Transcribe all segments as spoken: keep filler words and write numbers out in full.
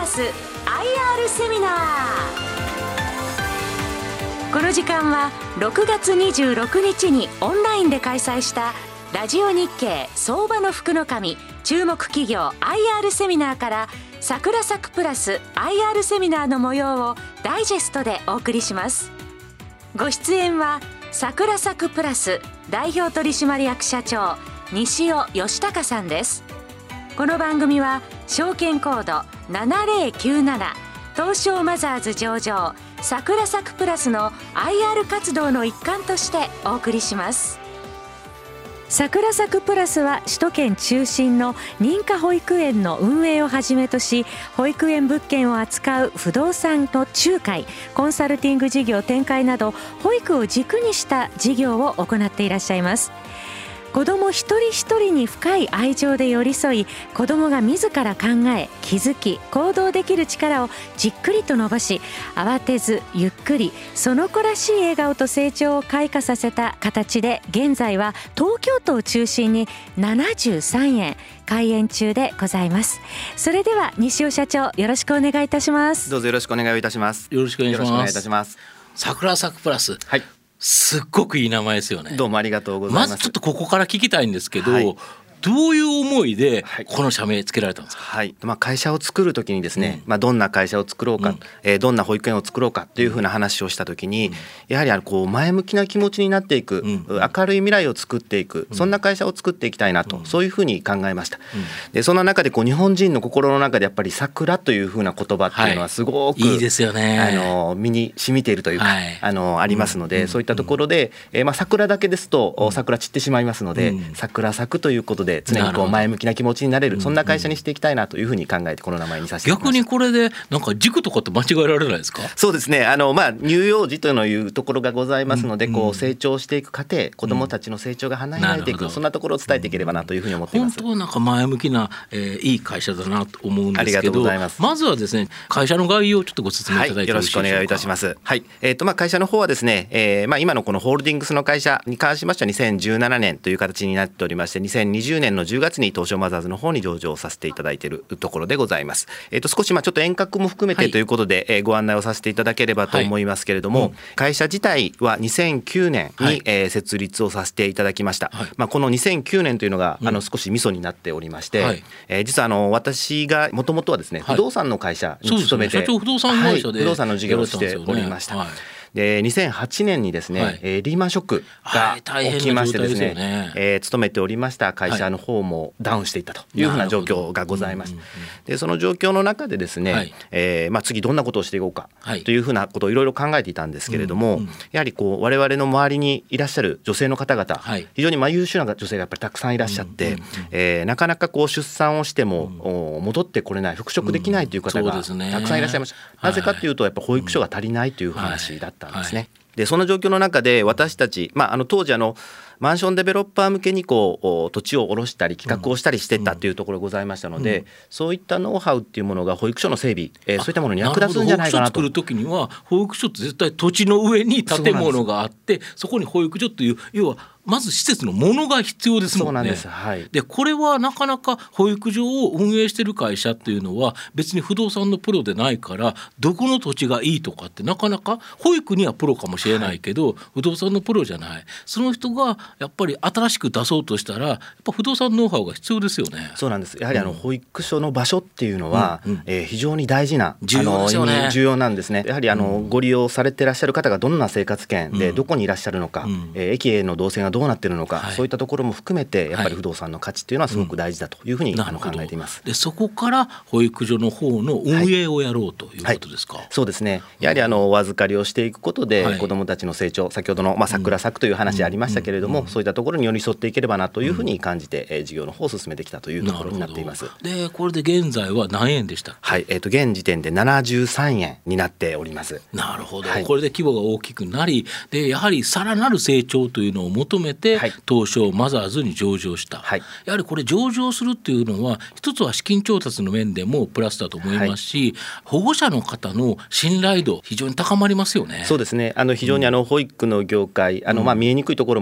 ス アイアール セミナー。この時間はろくがつにじゅうろくにちにオンラインで開催したラジオ日経相場の福の神注目企業 アイアール セミナーから桜咲くプラス アイアール セミナーの模様をダイジェストでお送りします。ご出演は桜咲くプラス代表取締役社長西尾義孝さんです。この番組は証券コードななぜろきゅうなな東証マザーズ上場桜咲くプラスの アイアール 活動の一環としてお送りします。桜咲くプラスは首都圏中心の認可保育園の運営をはじめとし、保育園物件を扱う不動産の仲介、コンサルティング事業展開など保育を軸にした事業を行っていらっしゃいます。子ども一人一人に深い愛情で寄り添い、子どもが自ら考え気づき行動できる力をじっくりと伸ばし、慌てずゆっくりその子らしい笑顔と成長を開花させた形で、現在は東京都を中心にななじゅうさんえん開園中でございます。それでは西尾社長、よろしくお願いいたします。 どうぞよろしくお願いいたします。 よろしくお願いします。 よろしくお願いいたします。 桜咲くプラス、 はい、 すっごくいい名前ですよね。 どうもありがとうございます。 まずちょっとここから聞きたいんですけど、 はい、 どういう思いでこの社名つけられたんですか？ はい、まあ、会社を作るときにですね、 うんまあ、どんな会社を作ろうか、うんえー、どんな保育園を作ろうかというふうな話をしたときに、うん、やはりあのこう前向きな気持ちになっていく、うん、明るい未来を作っていく、うん、そんな会社を作っていきたいなと、うん、そういうふうに考えました、うん、でその中でこう日本人の心の中でやっぱり桜というふうな言葉っていうのはすごく、 はい、いいですよね。 あの身に染みているというか、はい、あのありますので、うん、そういったところで、えーまあ、桜だけですと、うん、桜散ってしまいますので、うん、桜咲くということで常にこう前向きな気持ちになれる、そんな会社にしていきたいなというふうに考えてこの名前にさせていただきました。 逆にこれでなんか軸とかって間違えられないですか？ そうですね、あの、まあ、乳幼児というところがございますので、うん、こう成長していく過程、子どもたちの成長が離れていく、うん、そんなところを伝えていければなというふうに思っています。 本当なんか前向きな、えー、いい会社だなと思うんですけど、 ありがとうございます。 まずはですね、会社の概要をちょっとご説明いただいて、 はい、よろしくお願いいたします。はい、えーとまあ、会社の方はですね、えーまあ、今のこのホールディングスの会社に関しましてはにせんじゅうななねんという形になっておりまして、にせんにじゅうねんのじゅうがつに東証マザーズの方に上場させていただいているところでございます。えー、と少しまあちょっと遠隔も含めてということで、はいえー、ご案内をさせていただければと思いますけれども、はいうん、会社自体はにせんきゅうねんに、はいえー、設立をさせていただきました。はいまあ、このにせんきゅうねんというのが、うん、あの少しミソになっておりまして、はいえー、実はあの私がもともとはですね、はい、不動産の会社に勤めて、 そうですね、社長不動産会社で、 はい、不動産の事業をしておりました。でにせんはちねんにですね、はいえー、リーマンショックが起きましてですね、はいねえー、勤めておりました会社の方もダウンしていったというふうな状況がございました。でその状況の中でですね、はいえーまあ、次どんなことをしていこうかというふうなことをいろいろ考えていたんですけれども、はい、やはりこう我々の周りにいらっしゃる女性の方々、はい、非常にまあ優秀な女性がやっぱりたくさんいらっしゃって、うんうんえー、なかなかこう出産をしても、うん、戻ってこれない、復職できないという方がたくさんいらっしゃいました。うん、なぜかというとやっぱ保育所が足りないという話だったんですね。はいはいでその状況の中で私たち、まあ、あの当時あのマンションデベロッパー向けにこう土地を下ろしたり企画をしたりしてったというところがございましたので、うんうん、そういったノウハウっていうものが保育所の整備、えー、そういったものに役立つんじゃないかなと。 保育所作るときには保育所って絶対土地の上に建物があって、 そ, そこに保育所という要はまず施設のものが必要ですもんね。 そうなんです、はい、 でこれはなかなか保育所を運営している会社っていうのは別に不動産のプロでないから、どこの土地がいいとかってなかなか、保育にはプロかもしれないけど、はい、不動産のプロじゃない、その人がやっぱり新しく出そうとしたらやっぱ不動産ノウハウが必要ですよね。 そうなんです。やはりあの保育所の場所っていうのは、うんうんえー、非常に大事な重要ですよね。 あの重要なんですね。やはりあの、うん、ご利用されていらっしゃる方がどんな生活圏でどこにいらっしゃるのか、うんえー、駅への動線がどうなっているのか、はい、そういったところも含めてやっぱり不動産の価値っていうのはすごく大事だというふうに、はい、あの考えています。 でそこから保育所の方の運営をやろうということですか？ はいはい、そうですね。やはりあのお預かりをしていくことで、はい、子どもたちの成長、先ほどの、まあ、桜咲くという話ありましたけれども、うんうんうん、そういったところに寄り添っていければなというふうに感じて、えー、事業の方を進めてきたというところになっています。 でこれで現在は何円でしたっけ？ はい、えー、と現時点でななじゅうさんえんになっております。 なるほど、はい、これで規模が大きくなり、でやはりさらなる成長というのを求めて、はい、東証マザーズに上場した、はい、やはりこれ上場するっていうのは一つは資金調達の面でもプラスだと思いますし、はい、保護者の方の信頼度非常に高まりますよね。 そうですね。あの非常にあの保育の業界、うん、あのまあ見えにくいところもあるんです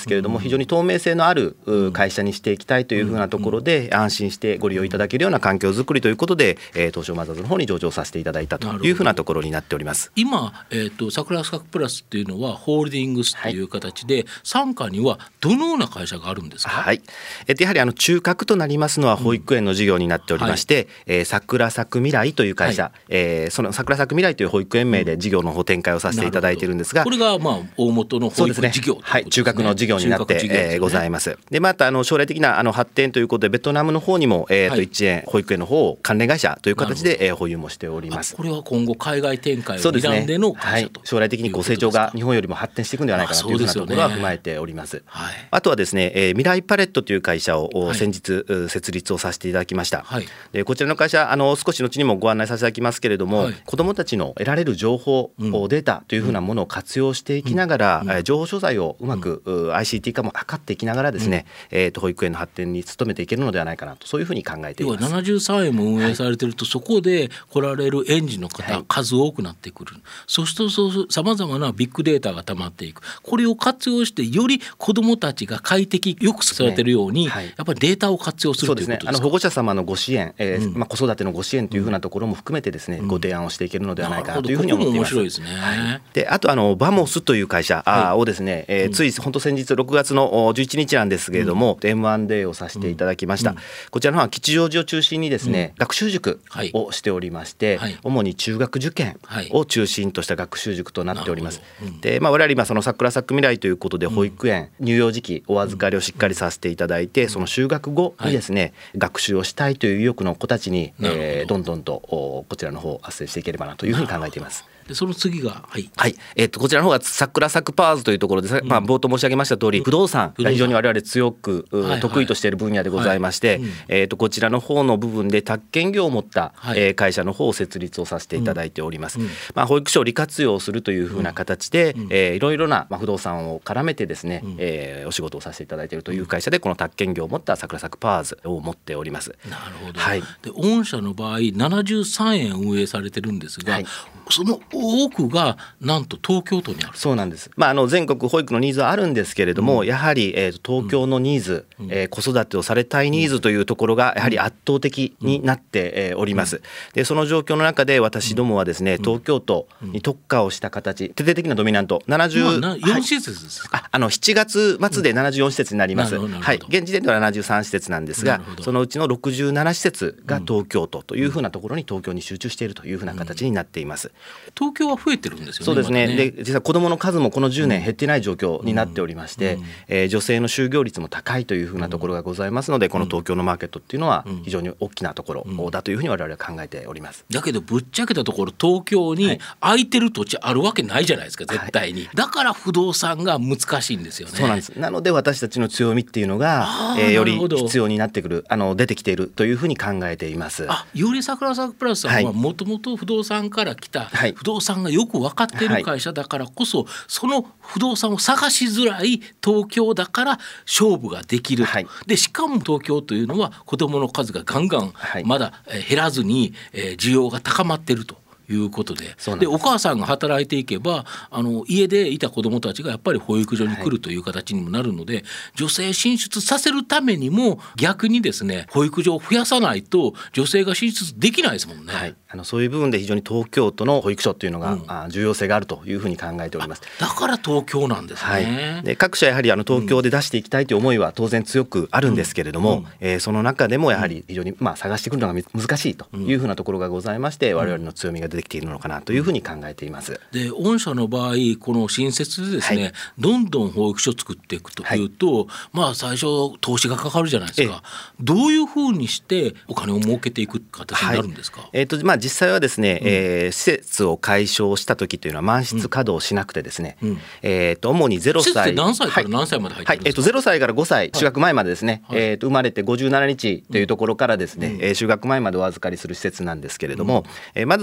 けれども、非常に透明性のある会社にしていきたいというふうなところで、安心してご利用いただけるような環境づくりということで、えー、東証マザーズの方に上場させていただいたというふうなところになっております。 今、えー、と桜咲くプラスっていうのはホールディングスという形で、傘下にはどのような会社があるんですか？ はい、えー、やはりあの中核となりますのは保育園の事業になっておりまして、うん、はい、えー、桜咲く未来という会社、はい、えー、その桜咲く未来という保育園名で事業の方展開をさせていただいているんですが、 これがまあ大元の保育事業、ね、 はい、中核の事業になって、ね、えー、ございます。でまたあの将来的なあの発展ということでベトナムの方にも、えーとはい、一円保育園の方を関連会社という形で、えー、保有もしております。 これは今後海外展開を睨んでの会社と、 はい、将来的にこう成長が日本よりも発展していくんではないかなというふうなところは踏まえております。はい、あとはですね、えー、未来パレットという会社を先日、はい、設立をさせていただきました。はい、でこちらの会社あの少し後にもご案内させていただきますけれども、はい、子どもたちの得られる情報、うん、データというふうなものを活用していきながら、うんうん、情報所在をうまく、うん、アイシーティー 化も図っていきながらですね、うん、えー、と保育園の発展に努めていけるのではないかなと、そういうふうに考えています。 要はななじゅうさんえんも運営されていると、はい、そこで来られる園児の方、はい、数多くなってくる。そうするとそうさまざまなビッグデータが溜まっていく。これを活用してより子どもたちが快適よく育てるように、ね、はい、やっぱりデータを活用するということですか？そうですね、あの保護者様のご支援、えーうん、まあ、子育てのご支援というふうなところも含めてですね、うん、ご提案をしていけるのではないかなというふうに思っています。 ここも面白いですね。はい、 であとあのバモスという会社、はい、をですね、えー、つい本当先日ろくがつのじゅういちにちなんですけれども、うん、エムアンドエー をさせていただきました。うん、こちらの方は吉祥寺を中心にですね、うん、学習塾をしておりまして、はい、主に中学受験を中心とした学習塾となっております。うん、で、まあ、我々今その桜咲く未来ということで保育園、うん、乳幼児期お預かりをしっかりさせていただいて、その就学後にですね、はい、学習をしたいという意欲の子たちに、えー、どんどんとこちらの方を斡旋していければなというふうに考えています。 でその次が、はいはい、えー、とこちらの方が桜咲くパワーズというところで、うん、まあ、冒頭申し上げました通り、うん、不動産が非常に我々強く、はいはい、得意としている分野でございまして、はいはい、えー、とこちらの方の部分で宅建業を持った、はい、えー、会社の方を設立をさせていただいております。うんうん、まあ、保育所を利活用するというふうな形で、うん、えー、いろいろな、まあ、不動産を絡めてですね、うん、えー、お仕事をさせていただいているという会社で、この宅建業を持った桜咲くパワーズを持っております。 なるほど。はい、で御社の場合ななじゅうさんえん運営されてるんですが、はい、その多くがなんと東京都にある。 そうなんです。まあ、あの全国保育のニーズはあるんですけれども、うん、やはり、えー、東京のニーズ、うん、えー、子育てをされたいニーズというところがやはり圧倒的になって、えー、おります。でその状況の中で私どもはですね、うん、東京都に特化をした形、徹底的なドミナントななじゅう、 まあ、よん施設ですか？ ああのしちがつ末でななじゅうよん施設になります。うん、はい、現時点ではななじゅうさん施設なんですが、そのうちのろくじゅうなな施設が東京都というふうなところに東京に集中しているというふうな形になっています。 東京は増えてるんですよね。 そうですね。 まで実は子どもの数もこのじゅうねん減ってない状況になっておりまして、うんうん、えー、女性の就業率も高いというふうなところがございますので、この東京のマーケットっていうのは非常に大きなところだというふうに我々は考えております。 だけどぶっちゃけたところ東京に空いてる土地あるわけないじゃないですか、絶対に。はい、だから不動産が難しいんですよね。 そうなんです。なので私たちの強みっていうのが、えー、より必要になってくる、あの出てきているというふうに考えています。 あ、より桜咲くプラスさんはもともと不動産から来た、はい、不動産がよく分かっている会社だからこそ、はい、その不動産を探しづらい東京だから勝負ができる、はい、でしかも東京というのは子どもの数がガンガンまだ減らずに、えー、需要が高まっているということ で, でお母さんが働いていけばあの家でいた子どもたちがやっぱり保育所に来るという形にもなるので、はい、女性進出させるためにも逆にですね保育所を増やさないと女性が進出できないですもんね。はい、 あのそういう部分で非常に東京都の保育所というのが、うん、あ重要性があるというふうに考えております。 だから東京なんですね。 はい、で各社やはりあの東京で出していきたいという思いは当然強くあるんですけれども、うんうんえー、その中でもやはり非常に、まあ、探してくるのが難しいというふうなところがございまして、うん、我々の強みが出てきているのかなというふうに考えています。 で御社の場合この新設でですね、はい、どんどん保育所を作っていくというと、はい、まあ最初投資がかかるじゃないですか。どういうふうにしてお金を儲けていく形になるんですか？はい、 えーとまあ、実際はですね、うんえー、施設を解消した時というのは満室稼働しなくてですね、うんえー、と主にゼロさい施設って何歳から何歳まで入ってるんですか？はいはいえー、とゼロさいからごさい就学前までですね、はいえー、と生まれてごじゅうななにちというところからですね、うんえー、就学前までお預かりする施設なんですけれども、うんえー、まず最初はそ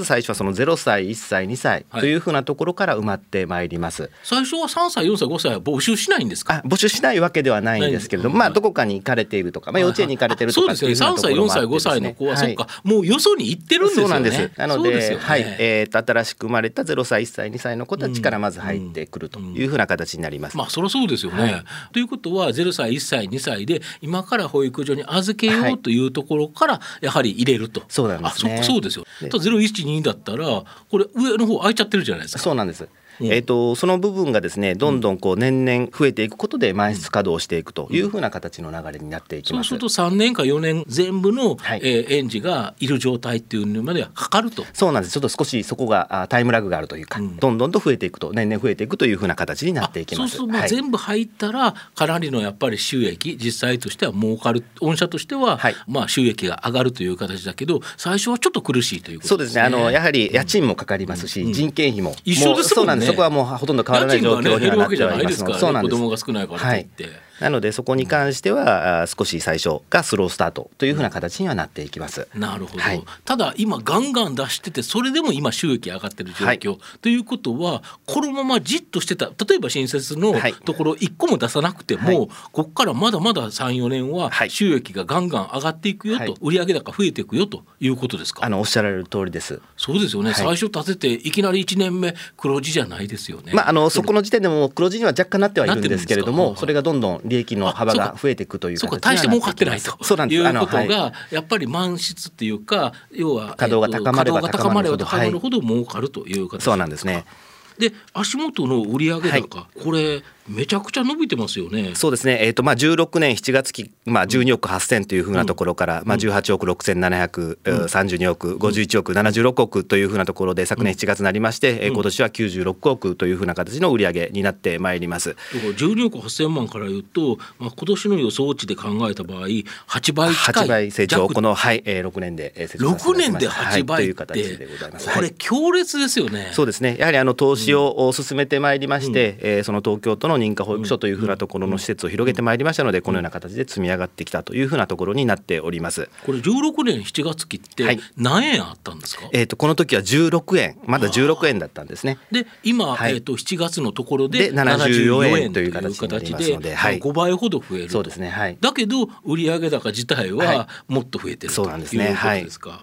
そのゼロさいいっさいにさいというふうなところから埋まってまいります、はい、 最初はさんさいよんさいごさいは募集しないんですか？ あ募集しないわけではないんですけれども、まあ、どこかに行かれているとか、まあ、幼稚園に行かれているとかっていうふうなところもあってですね、 そうですね、さんさいよんさいごさいの子は、はい、そうかもうよそに行ってるんですよね。 そうなんです。なので、 で、ねはいえー、と新しく生まれたゼロさいいっさいにさいの子たちからまず入ってくるというふうな形になります、 うんうん、まあそりゃそうですよね、はい、ということはゼロさいいっさいにさいで今から保育所に預けようというところからやはり入れると、はい、 そうなんですね。 あ そ, そうですよ。とゼロいちにだったらこれ上の方空いちゃってるじゃないですか。 そうなんです。うんえー、とその部分がですねどんどんこう年々増えていくことで満室稼働していくというふうな形の流れになっていきます、 そうするとさんねんかよねん全部の、はいえー、園児がいる状態っていうのまではかかると。 そうなんです。ちょっと少しそこがタイムラグがあるというか、うん、どんどんと増えていくと年々増えていくというふうな形になっていきます。 そうすると全部入ったらかなりのやっぱり収益実際としては儲かる、御社としては、はいまあ、収益が上がるという形だけど最初はちょっと苦しいということですね。 そうですね。あのやはり家賃もかかりますし、うん、人件費も一緒ですもんね。 そうなんです。そこはもうほとんど変わらない状況にはなってはいますので、 そうなんです。子供が少ないからといって、はい、 なのでそこに関しては少し最初がスロースタートというふうな形にはなっていきます、 うん、なるほど、はい、ただ今ガンガン出しててそれでも今収益上がってる状況、はい、ということはこのままじっとしてた例えば新設のところいっこも出さなくても、はい、ここからまだまだ さんよねんは収益がガンガン上がっていくよと、はい、売上高増えていくよということですか？ あのおっしゃられる通りです。 そうですよね、はい、最初立てていきなりいちねんめ黒字じゃないですよね。 まあ、あのそこの時点でも黒字には若干なってはいるんですけれども、それがどんどん利益の幅が増えていくという形にはなっていきます。そうか、大して儲かってないとそうなんです。いうことが、はい、やっぱり満室っていうか要は稼働が高まれば高まるほど、 高まるほど儲かるという形ですか？ そうなんですね。 で足元の売上高、はい、これめちゃくちゃ伸びてますよね。 そうですね、えーとまあ、じゅうろくねんしちがつ期、まあ、じゅうにおくはっせんというふうなところから、うんまあ、じゅうはちおくろくせんななひゃくさんじゅうにおく、ごじゅういちおくななじゅうろくおくというふうなところで昨年しちがつになりまして、うん、今年はきゅうじゅうろくおくというふうな形の売上になってまいります。 じゅうにおくはっせんまんから言うと、まあ、今年の予想値で考えた場合はちばい近いはちばい成長この、はいえー、ろくねんで成長させていただきました。ろくねんではちばいって、はい、という形でございます。 これ強烈ですよね。 そうですね、やはりあの投資を進めてまいりまして、うんえー、その東京都の認可保育所というふうなところの施設を広げてまいりましたので、このような形で積み上がってきたというふうなところになっております。 これじゅうろくねんしちがつ期って何円あったんですか？はいえー、とこの時はじゅうろくえん、まだじゅうろくえんだったんですね。 で今、はいえー、としちがつのところでななじゅうよえんという形になりますので、 はい、ごばいほど増える。 そうですね、はい、 だけど売上高自体はもっと増えてる、はい、ということですか？はい、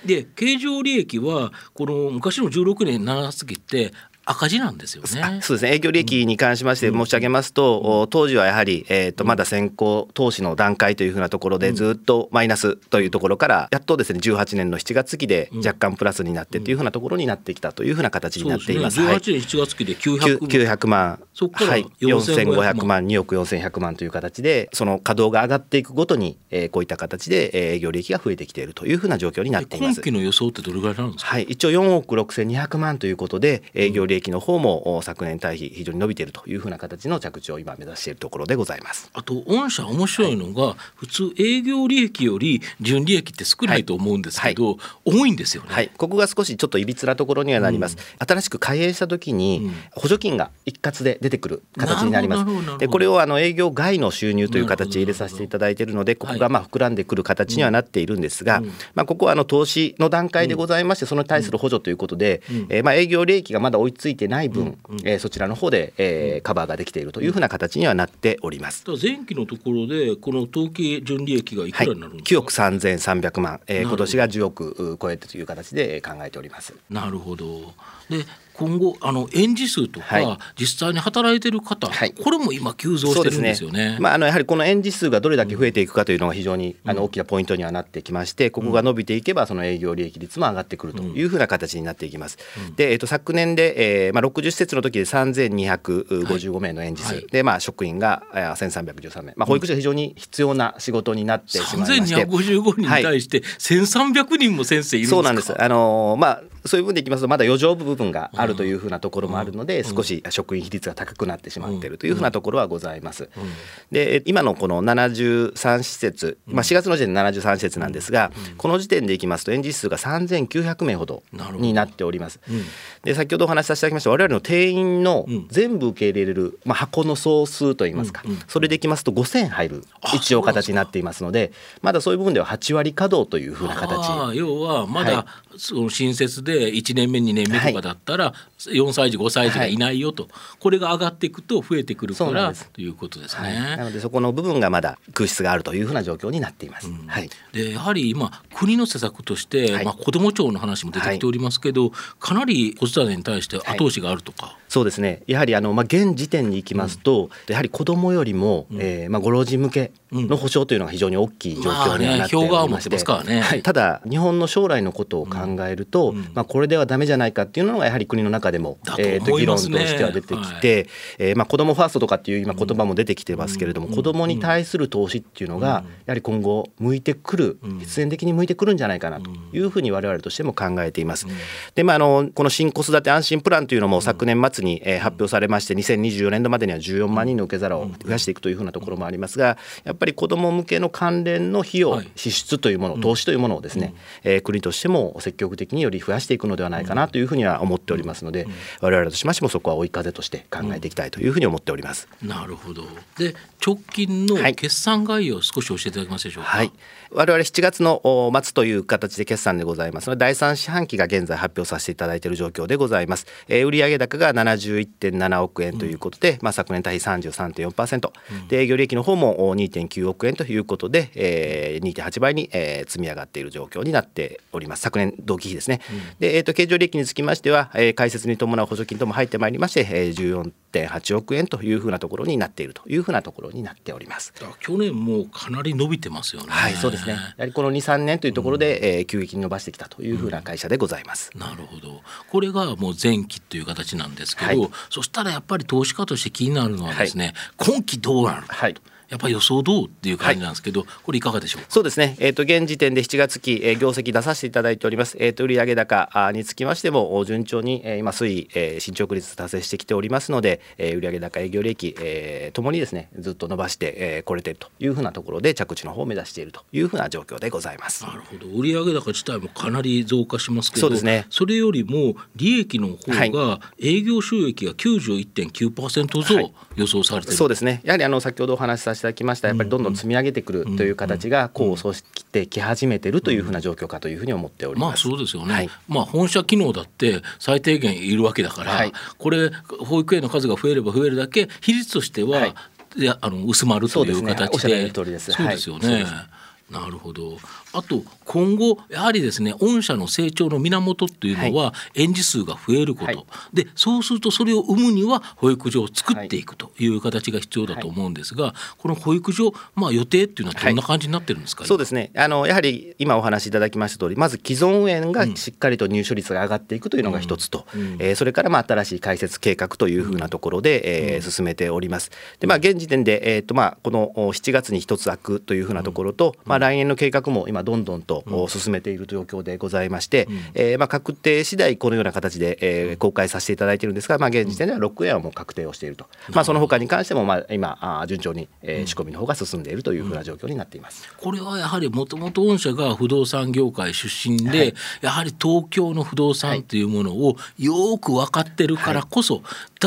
で経常利益はこの昔のじゅうろくねんしちがつ期って赤字なんですよね。 そうですね、営業利益に関しまして申し上げますと、うん、当時はやはり、えー、とまだ先行投資の段階というふうなところでずっとマイナスというところからやっとですねじゅうはちねんのしちがつ期で若干プラスになってというふうなところになってきたというふうな形になっています。 そうですね、じゅうはちねんしちがつ期できゅうひゃくまん、 きゅうひゃくまん、 そこからよんせんごひゃくまん、におくよんせんひゃくまんという形でその稼働が上がっていくごとに、えー、こういった形で営業利益が増えてきているというふうな状況になっています。 今期の予想ってどれぐらいなんですか？ はい、一応よんおくろくせんにひゃくまんということで営業利益の方も昨年対比非常に伸びているというふうな形の着地を今目指しているところでございます。 あと御社面白いのが、はい、普通営業利益より純利益って少ないと思うんですけど、はいはい、多いんですよね。 はい、ここが少しちょっといびつなところにはなります、うん、新しく開園した時に補助金が一括で出てくる形になります。でこれをあの営業外の収入という形で入れさせていただいているのでここがまあ膨らんでくる形にはなっているんですが、はいまあ、ここはあの投資の段階でございましてそのに対する補助ということで、うんえー、まあ営業利益がまだ追いついてない分、うんえー、そちらの方で、えー、カバーができているというふうな形にはなっております。 前期のところでこの当期純利益がいくらになるんですか？はい、 きゅうおくさんぜんさんびゃくまん、えー、今年がじゅうおく超えてという形で考えております。 なるほど。で今後あの園児数とか、はい、実際に働いている方、はい、これも今急増してるんですよね。 まあ、あのやはりこの園児数がどれだけ増えていくかというのが非常に、うん、あの大きなポイントにはなってきましてここが伸びていけばその営業利益率も上がってくるというふうな形になっていきます、うんでえー、と昨年で、えーまあ、ろくじゅっせつの時でさんぜんにひゃくごじゅうごめいの園児数、はい、で、まあ、職員がせんさんびゃくじゅうさんめい、まあ、保育所が非常に必要な仕事になってしまいまして、 さんぜんにひゃくごじゅうごにんに対してせんさんびゃくにんも先生いるんですか？ そうなんです。あのーまあそういう部分でいきますとまだ余剰部分があるというふうなところもあるので、うん、少し職員比率が高くなってしまっているというふうなところはございます、うん、で今のこのななじゅうさんしせつ、まあ、しがつの時点でななじゅうさんしせつなんですが、うん、この時点でいきますと園児数がさんぜんきゅうひゃくめいほどになっております、うん、で先ほどお話しさせていただきました我々の定員の全部受け入れれる、まあ、箱の総数といいますか、うんうん、それでいきますとごせん入る一応形になっていますのでまだそういう部分でははちわり稼働というふうな形。 あ要はまだ、はい、その新設ででいちねんめにねんめとかだったらよんさい児ごさい児がいないよと、はい、これが上がっていくと増えてくるからということですね。 はい、なのでそこの部分がまだ空室があるというふうな状況になっています。うん、はい、 でやはり今国の施策として、はい、まあ、子ども庁の話も出てきておりますけど、はい、かなり子育てに対して後押しがあるとか、はい、 そうですね、やはりあの、まあ、現時点に行きますと、うん、やはり子どもよりも、うん、えーまあ、ご老人向けの保障というのが非常に大きい状況にはなっておりまして、はい、ただ日本の将来のことを考えると、うん、まあ、これではダメじゃないかっていうのがやはり国の中でも、えー、と議論としては出てきて、はい、えーまあ、子どもファーストとかっていう今言葉も出てきてますけれども、うん、子どもに対する投資っていうのがやはり今後向いてくる、うん、必然的に向いてくるんじゃないかなというふうに我々としても考えています。うん、で、まあ、あのこの新子育て安心プランというのも昨年末に、えー、発表されまして、にせんにじゅうよねんどまでにはじゅうよんまんにんの受け皿を増やしていくというふうなところもありますが、やっぱり子ども向けの関連の費用、はい、支出というもの、投資というものをですね、うん、えー、国としても積極的により増やしていくのではないかなというふうには思っておりますので、うん、我々としましてもそこは追い風として考えていきたいというふうに思っております。 うん、なるほど。で、直近の決算概要を少し教えていただけますでしょうか。 はい、我々しちがつの末という形で決算でございますので、だいさん四半期が現在発表させていただいている状況でございます。えー、売上高が ななじゅういってんななおくえんということで、うん、まあ、昨年対比 さんじゅうさんてんよんパーセント、うん、で営業利益の方も にてんきゅうおくえんということで、えー、にてんはちばいに、えー、積み上がっている状況になっております。昨年同期比ですね。うん、で、えー、と経常利益につきましては、えー、開設に伴う補助金とも入ってまいりまして、えー、じゅうよんてんはちおくえんというふうなところになっているというふうなところになっております。 去年もかなり伸びてますよね。 はい、そうですね。やはりこの にさんねんというところで、うん、えー、急激に伸ばしてきたというふうな会社でございます。 うん、なるほど。これがもう前期という形なんですけど、はい、そしたらやっぱり投資家として気になるのはですね、はい、今期どうなるか、はい、やっぱり予想どうっていう感じなんですけど、はい、これいかがでしょうか。 そうですね、えー、と現時点でしちがつ期、えー、業績出させていただいております。えー、と売上高につきましても順調に、えー、今推移、えー、進捗率達成してきておりますので、えー、売上高営業利益、えー、ともにですねずっと伸ばしてこ、えー、れているというふうなところで着地の方を目指しているというふうな状況でございます。 なるほど。売上高自体もかなり増加しますけど、 そうですね、 それよりも利益の方が営業収益が きゅうじゅういってんきゅうパーセント 増、はい、予想されている。 そうですね、やはりあの先ほどお話しさせていただきました、やっぱりどんどん積み上げてくるという形が功を奏してき始めているというふうな状況かというふうに思っております。 まあそうですよね。 はい、 まあ、本社機能だって最低限いるわけだから、はい、これ保育園の数が増えれば増えるだけ比率としては、はい、いやあの薄まるという形で、 そうですね、おっしゃる通りです。 そうですよね。はい、なるほど。あと今後やはりですね、御社の成長の源っていうのは、はい、園児数が増えること、はい、でそうするとそれを生むには保育所を作っていくという形が必要だと思うんですが、はい、この保育所、まあ、予定っていうのはどんな感じになってるんですか。はい、 そうですね、あのやはり今お話しいただきました通り、まず既存園がしっかりと入所率が上がっていくというのが一つと、うんうん、えー、それからまあ新しい開設計画というふうなところで、うん、えー、進めております。で、まあ、現時点で、えーとまあ、このしちがつに一つ開くというふうなところと、うん、まあ、来年の計画も今どんどんと、うん、進めている状況でございまして、うん、えーまあ、確定次第このような形で、えー、公開させていただいているんですが、まあ、現時点ではろくえんはもう確定をしていると、うん、まあ、その他に関しても、まあ、今あ順調に、えー、仕込みの方が進んでいるというふうな状況になっています。 うん、これはやはりもともと御社が不動産業界出身で、はい、やはり東京の不動産というものをよく分かってるからこそ、はい、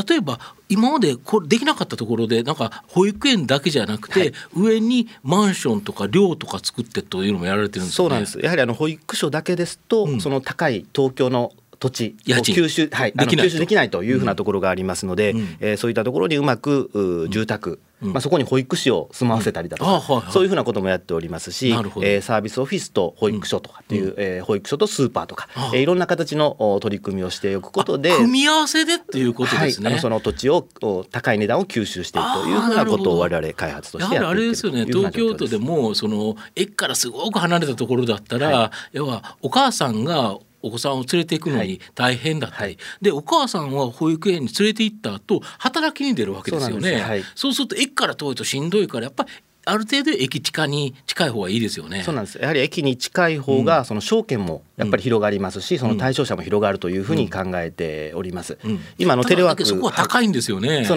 例えば今までこれできなかったところでなんか保育園だけじゃなくて、はい、上にマンションとか寮とか作ってというのもやられてるんですよね。 そうなんです。やはりあの保育所だけですと、うん、その高い東京の土地を吸収、はい、あの吸収できないというふうなところがありますので、うん、えー、そういったところにうまく住宅、うん、まあ、そこに保育士を住まわせたりだとか、うん、はいはい、そういうふうなこともやっておりますし、えー、サービスオフィスと保育所とかっていう、うん、えー、保育所とスーパーとか、えー、いろんな形の取り組みをしておくことで、 組み合わせでっていうことですね。 はい、あのその土地を高い値段を吸収していくというふうなことを我々開発としてやっていっているというふうな状況です。 やはりあれですよね、東京都でもその駅からすごく離れたところだったら、はい、要はお母さんがお子さんを連れていくのに大変だったり、はい、でお母さんは保育園に連れて行った後働きに出るわけですよね。 そう、はい、そうすると駅から遠いとしんどいから、やっぱりある程度駅近に近い方がいいですよね。 そうなんです。やはり駅に近い方が、うん、その証券もやっぱり広がりますし、うん、その対象者も広がるというふうに考えております。うん、 今のテレワーク、そこは高いんですよね。 そうなんです。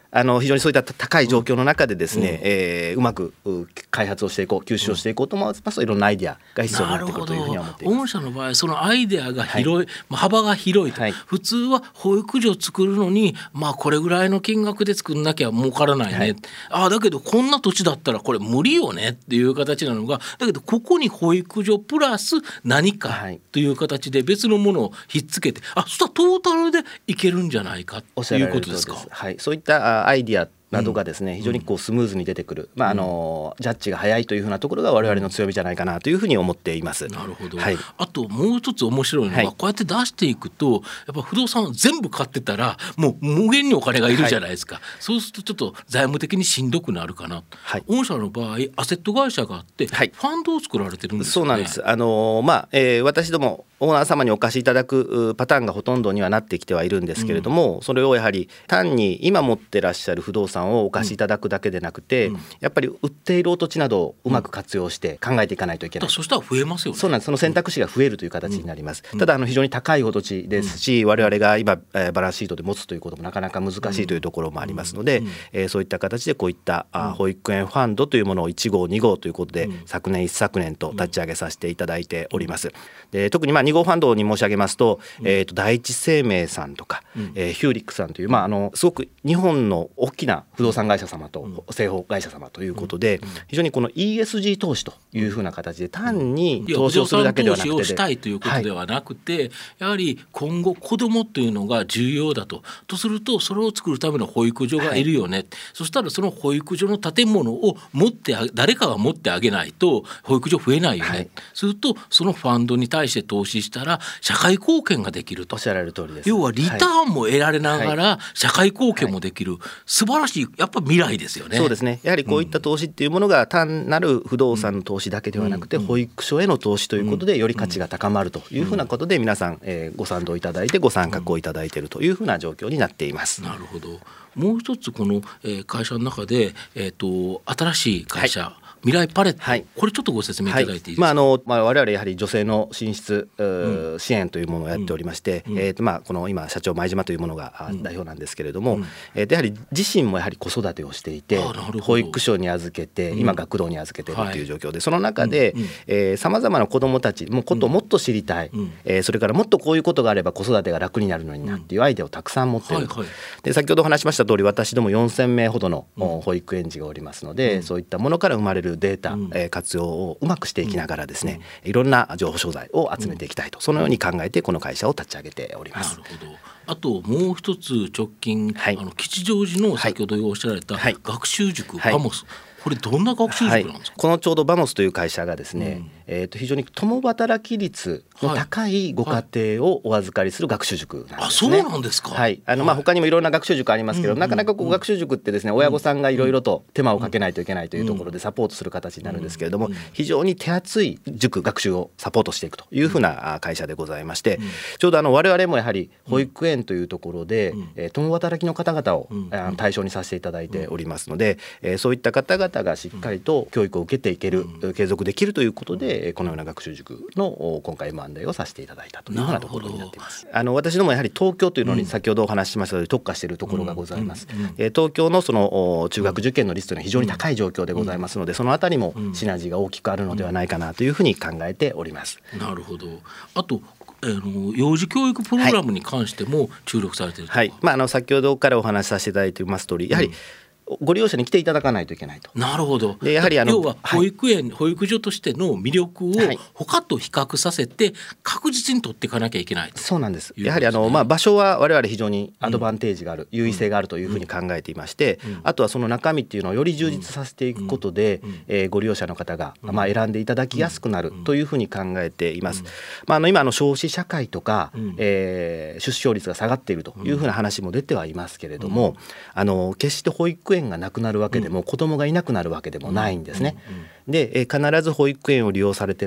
あの非常にそういった高い状況の中でですね、うんえー、うまく開発をしていこう吸収をしていこうと思いますといろんなアイデアが必要になってくるというふうに思っています。 御社の場合そのアイデアが広い、はい、幅が広いと、はい、普通は保育所を作るのに、まあ、これぐらいの金額で作んなきゃ儲からないね、はい、あだけどこんな土地だったらこれ無理よねっていう形なのがだけどここに保育所プラス何かという形で別のものをひっつけてあそしたらトータルでいけるんじゃないかということですか。 はい、そういったアイディアなどがですね、うん、非常にこうスムーズに出てくる、まああのジャッジが早いというふうなところが我々の強みじゃないかなというふうに思っています。 なるほど、 はい、 あともう一つ面白いのは、はい、こうやって出していくとやっぱ不動産を全部買ってたらもう無限にお金がいるじゃないですか、はい、そうするとちょっと財務的にしんどくなるかな、はい、御社の場合アセット会社があって、はい、ファンドを作られてるんですよね。 そうなんです。あの、まあえー、私どもオーナー様にお貸しいただくパターンがほとんどにはなってきてはいるんですけれども、うん、それをやはり単に今持ってらっしゃる不動産をお貸しいただくだけでなくて、うん、やっぱり売っている土地などをうまく活用して考えていかないといけない、うん、 そしたら増えますよね。 そうなんです。その選択肢が増えるという形になります、うん、ただあの非常に高いお土地ですし、うん、我々が今、えー、バランスシートで持つということもなかなか難しいというところもありますので、うんうんえー、そういった形でこういった、うん、あ保育園ファンドというものをいち号に号ということで、うん、昨年一昨年と立ち上げさせていただいております。で特にまあに号ファンドに申し上げますと、うんえー、と第一生命さんとか、うんえー、ヒューリックさんという、まあ、あのすごく日本の大きな不動産会社様と製法会社様ということで、うんうん、非常にこの イーエスジー 投資というふうな形で単に投資をするだけではなくて、 不動産投資をしたいということではなくて、はい、やはり今後子どもというのが重要だととするとそれを作るための保育所がいるよね、はい、そしたらその保育所の建物を持って誰かが持ってあげないと保育所増えないよね、はい、するとそのファンドに対して投資したら社会貢献ができると。 おっしゃられる通りです。 要はリターンも得られながら社会貢献もできる、はいはい、素晴らしいやっぱ未来ですよね。 そうですね。やはりこういった投資っていうものが単なる不動産の投資だけではなくて、保育所への投資ということでより価値が高まるというふうなことで皆さん、えー、ご賛同いただいてご参画をいただいているというふうな状況になっています。 なるほど。もう一つこの、えー、会社の中で、えー、と新しい会社、はい未来パレット、はい、これちょっとご説明いただいていいですか。 はいまああのまあ、我々やはり女性の進出、うん、支援というものをやっておりまして、うんえーとまあ、この今社長前島というものが代表なんですけれども、うんえー、とやはり自身もやはり子育てをしていて保育所に預けて、うん、今学童に預けているという状況で、はい、その中でさまざまな子どもたちのことをもっと知りたい、うんえー、それからもっとこういうことがあれば子育てが楽になるのになっていうアイデアをたくさん持っている、うんはいはい、で先ほどお話しました通り私どもよんせんめいほどの保育園児がおりますので、うん、そういったものから生まれるデータ、うんえー活用をうまくしていきながらですね、うん、いろんな情報商材を集めていきたいと、そのように考えてこの会社を立ち上げております。 なるほど。あともう一つ直近、はい、あの吉祥寺の先ほどおっしゃられた学習塾、はい、バモス、これどんな学習塾なんですか。はい、 このちょうどバモスという会社がですね、うんえー、と非常に共働き率の高いご家庭をお預かりする学習塾なんですね。 あ、そうなんですか。 はい、あのまあ他にもいろんな学習塾ありますけど、うん、なかなかこう学習塾ってですね、うん、親御さんがいろいろと手間をかけないといけないというところでサポートする形になるんですけれども、うん、非常に手厚い塾学習をサポートしていくというふうな会社でございまして、うん、ちょうどあの我々もやはり保育園というところで、うんえー、共働きの方々を、うん、対象にさせていただいておりますので、えー、そういった方々がしっかりと教育を受けていける、うん、継続できるということでこのような学習塾の今回マンデーをさせていただいたというようなところになっています。あの私どもやはり東京というのに先ほどお話ししましたように特化しているところがございます。うんうんうんえー、東京のその中学受験のリストが非常に高い状況でございますので、そのあたりもシナジーが大きくあるのではないかなというふうに考えております。 なるほど。あとあの幼児教育プログラムに関しても注力されていると、 はいはいまあ、あの先ほどからお話しさせていただいています通り、やはり、うんご利用者に来ていただかないといけないと。 なるほど。 でやはりあの要は保育園、はい、保育所としての魅力を他と比較させて確実に取っていかなきゃいけないと。 そうなんです。やはりあの、まあ、場所は我々非常にアドバンテージがある、うん、優位性があるというふうに考えていまして、うん、あとはその中身っていうのをより充実させていくことで、うんえー、ご利用者の方が、まあ、選んでいただきやすくなるというふうに考えています。うんまあ、あの今の少子社会とか、うんえー、出生率が下がっているというふうな話も出てはいますけれども、うん、あの決して保育園がなくなるわけでも子どもがいなくなるわけでもないんですね。で、えー、必ず保育園を利用されてらっしゃ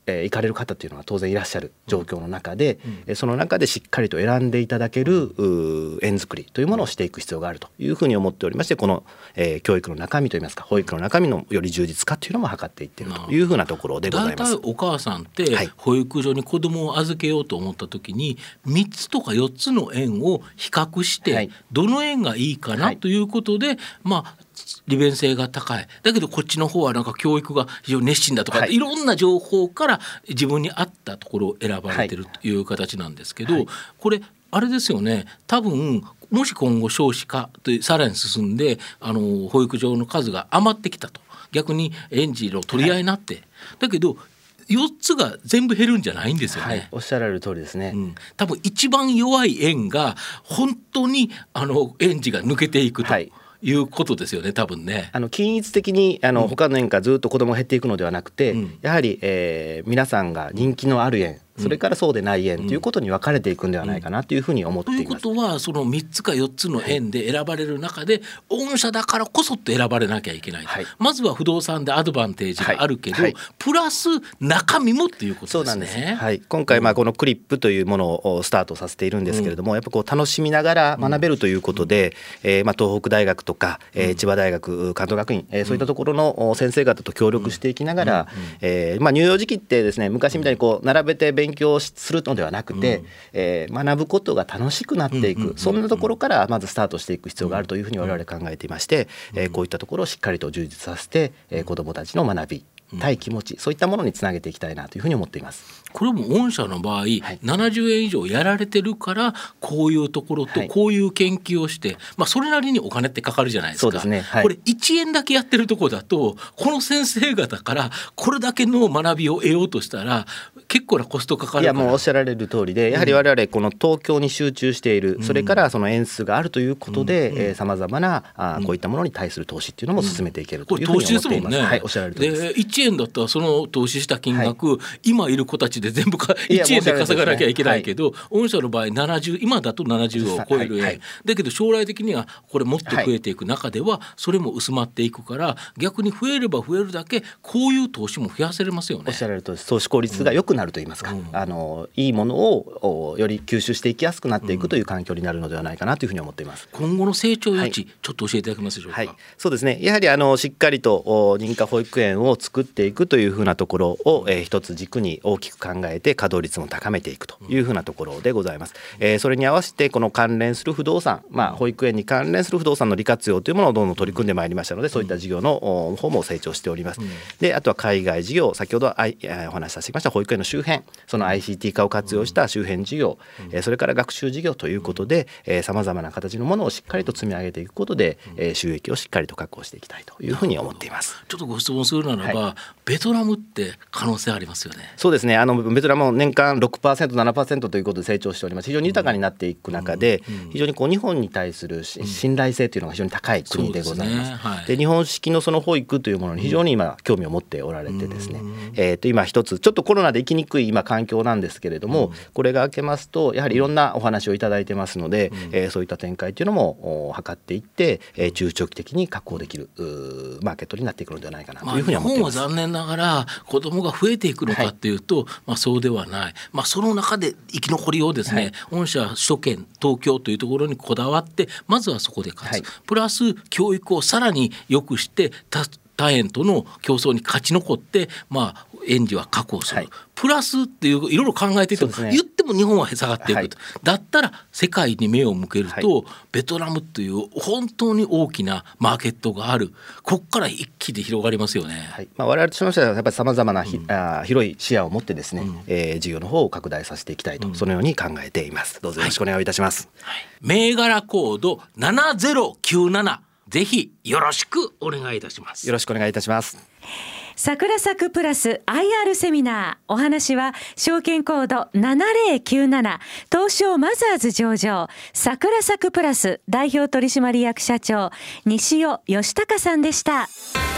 えー、行かれる方っていうのは当然いらっしゃる状況の中で、うん、その中でしっかりと選んでいただける園作りというものをしていく必要があるというふうに思っておりまして、この、えー、教育の中身といいますか保育の中身のより充実化というのも図っていっているというふうなところでございます。 だいたいお母さんって保育所に子どもを預けようと思った時にみっつとかよっつの園を比較してどの園がいいかなということで、はい、まあ利便性が高いだけどこっちの方はなんか教育が非常に熱心だとか、はい、いろんな情報から自分に合ったところを選ばれているという形なんですけど、はい、これあれですよね、多分もし今後少子化とさらに進んであの保育所の数が余ってきたと逆に園児の取り合いになって、はい、だけどよっつが全部減るんじゃないんですよね、はい、 おっしゃられる通りですね、 うん、多分一番弱い園が本当にあの園児が抜けていくと、はいいうことですよね多分ね。 あの均一的にあの、うん、他の園からずっと子どもが減っていくのではなくて、うん、やはり、えー、皆さんが人気のある園それからそうでない園ということに分かれていくんではないかなというふうに思っています。 ということはそのみっつかよっつの園で選ばれる中で、はい、御社だからこそって選ばれなきゃいけない、はい、まずは不動産でアドバンテージがあるけど、はいはい、プラス中身もっていうことですね。そうなんです、 はい、今回まあこのクリップというものをスタートさせているんですけれども、うん、やっぱこう楽しみながら学べるということで、うんえー、まあ東北大学とか、えー、千葉大学関東学院、えー、そういったところの先生方と協力していきながら、うんえーまあ、入幼児期ってですね昔みたいにこう並べて勉強するのではなくて、うんえー、学ぶことが楽しくなっていく、うんうんうんうん、そんなところからまずスタートしていく必要があるというふうに我々考えていまして、うんえー、こういったところをしっかりと充実させて、えー、子どもたちの学び対気持ち、そういったものにつなげていきたいなというふうに思っています。 これも御社の場合、はい、ななじゅうえん以上やられてるからこういうところとこういう研究をして、はいまあ、それなりにお金ってかかるじゃないですか。 そうですね、はい、 これいちえんだけやってるところだとこの先生方からこれだけの学びを得ようとしたら結構なコストかかるから。 いやもうおっしゃられる通りでやはり我々この東京に集中している、うん、それからその円数があるということでさまざまなあこういったものに対する投資っていうのも進めていけるというふうに思っています、うん、はい、おっしゃられる通りです。 でいちえんだったらその投資した金額、はい、今いる子たちで全部かいちえんで稼がなきゃいけないけど、ねはい、御社の場合ななじゅう今だとななじゅうを超える円、はいはい、だけど将来的にはこれもっと増えていく中ではそれも薄まっていくから逆に増えれば増えるだけこういう投資も増やせれますよね。 おっしゃられると投資効率が良くなるといいますか、うん、あのいいものをより吸収していきやすくなっていくという環境になるのではないかなというふうに思っています。 今後の成長余地、はい、ちょっと教えていただけますでしょうか。 はい、そうですね、やはりあのしっかりと認可保育園を作っていくというふうなところを、えー、一つ軸に大きく考えて稼働率も高めていくというふうなところでございます、えー、それに合わせてこの関連する不動産、まあ、保育園に関連する不動産の利活用というものをどんどん取り組んでまいりましたのでそういった事業の方も成長しております。であとは海外事業、先ほどお話しさせてきました保育園の周辺その アイシーティー 化を活用した周辺事業、えー、それから学習事業ということでさまざまな形のものをしっかりと積み上げていくことで、えー、収益をしっかりと確保していきたいというふうに思っています。 ちょっとご質問するならば、はい、ベトナムって可能性ありますよね。 そうですね、あのベトナムも年間 ろくパーセント、ななパーセント ということで成長しております。非常に豊かになっていく中で、うんうん、非常にこう日本に対する信頼性というのが非常に高い国でございます。で、ねはい、日本式のその保育というものに非常に今興味を持っておられてですね、うんえー、と今一つちょっとコロナで生きにくい今環境なんですけれども、うん、これが明けますとやはりいろんなお話をいただいてますので、うんえー、そういった展開というのも図っていって、えー、中長期的に確保できるマーケットになっていくのではないかなというふうに思っています。 まあ、日本は残念ながら子どもが増えていくのかっていうと、はいまあ、そうではない、まあ、その中で生き残りをですね、はい、御社首都圏東京というところにこだわってまずはそこで勝つ、はい、プラス教育をさらに良くして他他園との競争に勝ち残って、まあ、園児は確保する、はい、プラスっていういろいろ考えていても、ね、言っても日本は下がっていくと、はい、だったら世界に目を向けると、はい、ベトナムという本当に大きなマーケットがある、ここから一気で広がりますよね。 はいまあ、我々としましてはやっぱりさまざまな、うん、あ広い視野を持ってですね、うんえー、事業の方を拡大させていきたいと、うん、そのように考えています。どうぞよろしくお願いいたします。 はいはい、銘柄コードななゼロきゅうななぜひよろしくお願いいたします。 よろしくお願いいたします。 桜咲くプラス アイアール セミナー、お話は証券コードななゼロきゅうなな東証マザーズ上場桜咲くプラス代表取締役社長西尾義孝さんでした。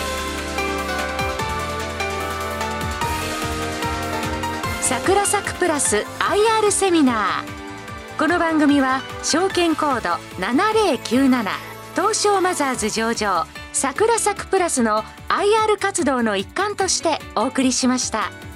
桜咲くプラス アイアール セミナー、この番組は証券コードななゼロきゅうなな東証マザーズ上場桜咲くプラスの アイアール 活動の一環としてお送りしました。